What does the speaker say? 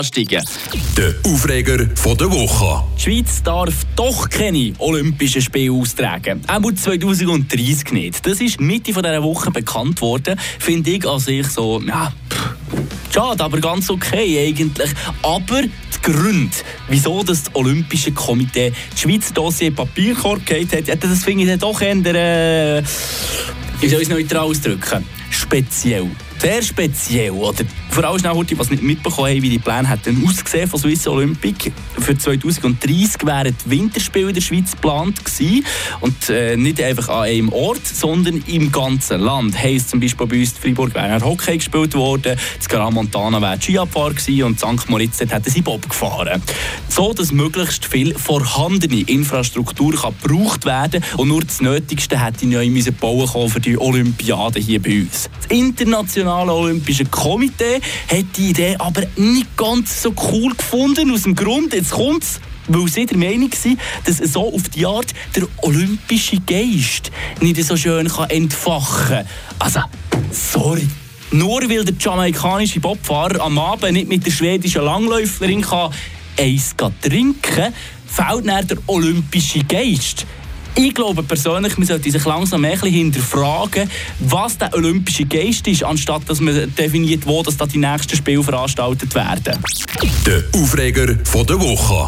steigen. Der Aufreger von der Woche. Die Schweiz darf doch keine Olympischen Spiele austragen. Auch 2030 nicht. Das ist Mitte dieser Woche bekannt worden. Finde ich an sich so, schade, aber ganz okay eigentlich. Aber die Gründe, wieso das Olympische Komitee die Schweizer Dossier in Papierkorb gehalten hat, das finde ich dann doch eher, wie soll ich es neutral ausdrücken, speziell. Sehr speziell, oder? Vor allem schnell heute, was nicht mitbekommen haben, wie die Pläne hätten ausgesehen von Swiss Olympic. Für 2030 wären die Winterspiele in der Schweiz geplant gewesen. Und nicht einfach an einem Ort, sondern im ganzen Land. Heisst zum Beispiel bei uns in Freiburg wäre Hockey gespielt worden, in Garam-Montana wäre Skiabfahrt gewesen und in St. Moritz hätten sie Bob gefahren. So, dass möglichst viel vorhandene Infrastruktur kann gebraucht werden und nur das Nötigste hätte neu bauen können für die Olympiade hier bei uns. Das internationale Olympische Komitee hat die Idee aber nicht ganz so cool gefunden. Aus dem Grund, jetzt kommt es, weil sie der Meinung sind, dass so auf die Art der olympische Geist nicht so schön entfachen kann. Also, sorry. Nur weil der jamaikanische Bobfahrer am Abend nicht mit der schwedischen Langläuferin eins trinken kann, fehlt dann der olympische Geist. Ich glaube persönlich, man sollte sich langsam ein bisschen hinterfragen, was der olympische Geist ist, anstatt dass man definiert, wo das die nächsten Spiele veranstaltet werden. Der Aufreger von der Woche.